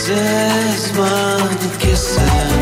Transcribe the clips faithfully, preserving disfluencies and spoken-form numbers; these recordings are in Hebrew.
זה זמן קסם,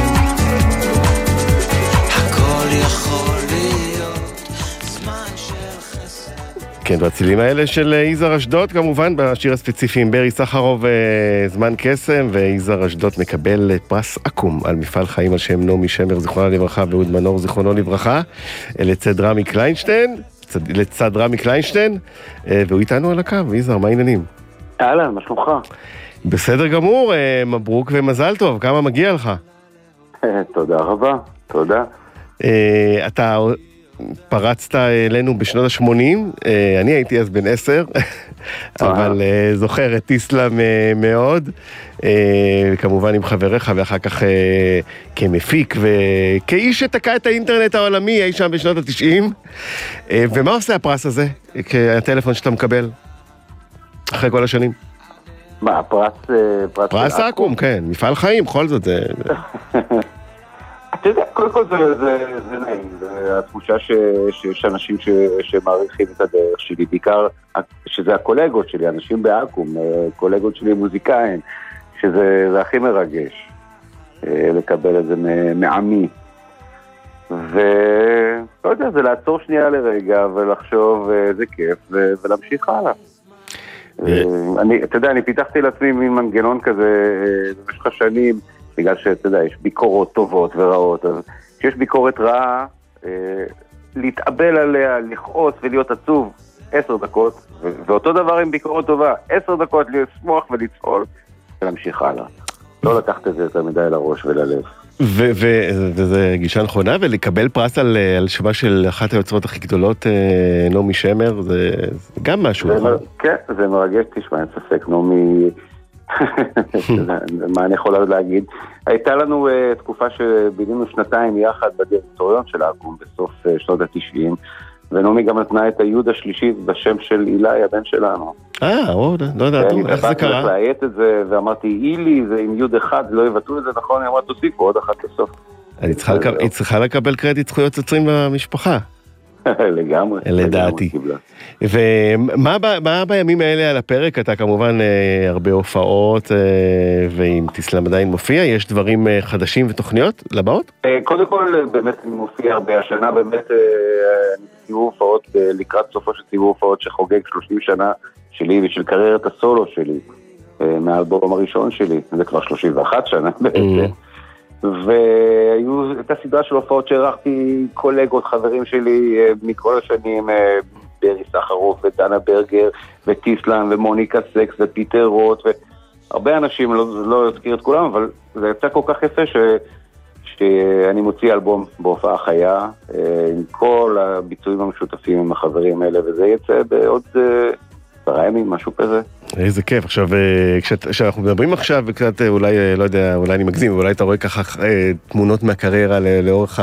הכל יכול להיות זמן של חסד. כן, בצילים האלה של יזהר אשדוד, כמובן, בשיר הספציפי עם ברי סחרוב, זמן קסם, ויזהר אשדוד מקבל פרס אקו"ם על מפעל חיים על שם נעמי שמר, זיכרונה לברכה, ואהוד מנור, זיכרונו לברכה, לצד רמי קליינשטיין, לצד רמי קליינשטיין, והוא איתנו על הקו. יזהר, מה העניינים? אהלן, מה שלומך? בסדר גמור, מברוק ומזל טוב, כמה מגיע לך? תודה רבה, תודה. אתה פרצת אלינו בשנות ה-שמונים, אני הייתי אז בן עשר, אבל זוכר את איסלאם מאוד, כמובן עם חבריך, ואחר כך כמפיק וכאיש שתקע את האינטרנט העולמי אי שם בשנות ה-תשעים. ומה עושה הפרס הזה, כהטלפון שאתה מקבל אחרי כל השנים? מה, הפרס... פרס אקו"ם, כן, מפעל חיים, בכל זאת זה... אתה יודע, קודם כל זה, זה, זה נעים, זה התחושה ש, שיש אנשים ש, שמעריכים את הדרך שלי, בעיקר שזה הקולגות שלי, אנשים באקו"ם, קולגות שלי מוזיקאים, שזה זה הכי מרגש לקבל את זה מעמי. ולא יודע, זה לעצור שנייה לרגע ולחשוב איזה כיף ולהמשיך הלאה. אני, אתה יודע, אני פיתחתי לעצמי מין מנגנון כזה במשך השנים, בגלל שאתה יודע, יש ביקורות טובות ורעות, אז כשיש ביקורת רעה, אה, להתאבל עליה, לכעוס ולהיות עצוב עשר דקות, ו- ואותו דבר עם ביקורת טובה, עשר דקות לשמוח ולצעול, ולהמשיך הלאה. לא לקחת את זה יותר מדי לראש וללב. ו- ו- וזה גישה נכונה, ולקבל פרס על, על שמה של אחת היוצרות הכי גדולות, אה, נעמי שמר, זה, זה גם משהו. זה מר... כן, זה מרגש, תשמע, אין ספק, נעמי... מה אני יכול להגיד? הייתה לנו uh, תקופה שבילינו שנתיים יחד בדירקטוריון של אקו"ם בסוף uh, שנות ה-תשעים, ונעמי גם נתנה את היוד השלישית בשם של אילי, הבן שלנו. אה, לא ידעתי, איך זה קרה? אני להיית את זה, ואמרתי, אילי זה עם יוד אחד, לא יבטאו את זה נכון, אני אמרת, תוסיפו עוד אחת לסוף. היא צריכה לקבל קרדיט זכויות יוצרים במשפחה. לגמרי. לדעתי. ומה בימים האלה על הפרק? אתה כמובן הרבה הופעות, ואם תסלם עדיין מופיע, יש דברים חדשים ותוכניות לבאות? קודם כל, באמת אני מופיע הרבה השנה, באמת אני סיבוב הופעות, לקראת סופו של סיבוב הופעות שחוגג שלושים שנה שלי ושל קריירת הסולו שלי, מהאלבום הראשון שלי, זה כבר שלושים ואחת שנה בעצם. והיו את הסדרה של הופעות שערכתי קולגות, חברים שלי מכל השנים, ברי סחרוב ודנה ברגר וטיסלן ומוניקה סקס ופיטר רוט והרבה אנשים, לא, לא אזכיר את כולם, אבל זה יצא כל כך יפה ש, שאני מוציא אלבום בהופעה חיה עם כל הביצועים המשותפים עם החברים האלה, וזה יצא בעוד עשרה ימים, משהו כזה. איזה כיף. עכשיו, כשאנחנו מדברים עכשיו, וקצת אולי, לא יודע, אולי אני מגזים, אולי אתה רואה ככה תמונות מהקריירה לאורך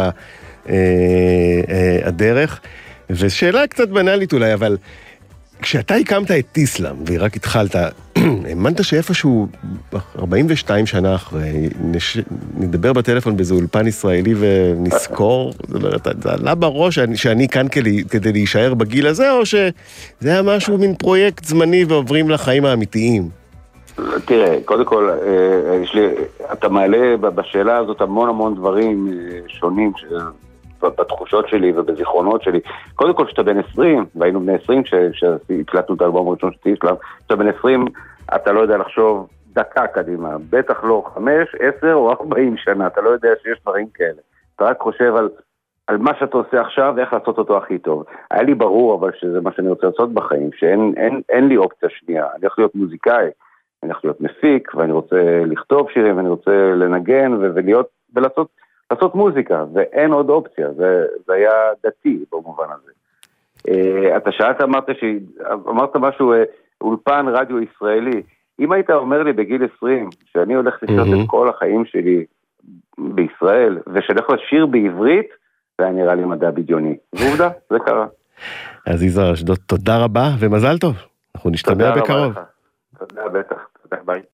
הדרך, ושאלה קצת בנאלית אולי, אבל כשאתה הקמת את טיסלאם, ורק התחלת, האמנת שאיפשהו ארבעים ושתיים שנה אחרי, נדבר בטלפון באיזה אולפן ישראלי ונזכור, זאת אומרת, זה עלה בראש שאני כאן כדי להישאר בגיל הזה, או שזה היה משהו מין פרויקט זמני ועוברים לחיים האמיתיים? תראה, קודם כל, יש לי, אתה מעלה בשאלה הזאת המון המון דברים שונים, בתחושות שלי ובזיכרונות שלי. קודם כל, שאתה בן עשרים, והיינו בני עשרים כשהקלטנו את האלבום הראשון של טיסלאם, שאתה בן עשרים, אתה לא יודע לחשוב דקה קדימה, בטח לא חמש, עשר או ארבעים שנה, אתה לא יודע שיש דברים כאלה. אתה רק חושב על, על מה שאתה עושה עכשיו ואיך לעשות אותו הכי טוב. היה לי ברור, אבל שזה מה שאני רוצה לעשות בחיים, שאין אין, אין לי אופציה שנייה. אני הולך להיות מוזיקאי, אני הולך להיות מפיק, ואני רוצה לכתוב שירים, ואני רוצה לנגן ולהיות, ולעשות לעשות מוזיקה, ואין עוד אופציה, זה, זה היה דתי במובן הזה. Uh, אתה שאלת, אמרת, ש... אמרת משהו, uh, אולפן רדיו ישראלי, אם היית אומר לי בגיל עשרים, שאני הולך לשנות mm-hmm. את כל החיים שלי בישראל, ושהולך לשיר בעברית, זה היה נראה לי מדע בדיוני. ועובדה, זה קרה. אז יזהר אשדוד, תודה רבה, ומזל טוב. אנחנו נשתמע בקרוב. תודה, בטח. תודה, ביי.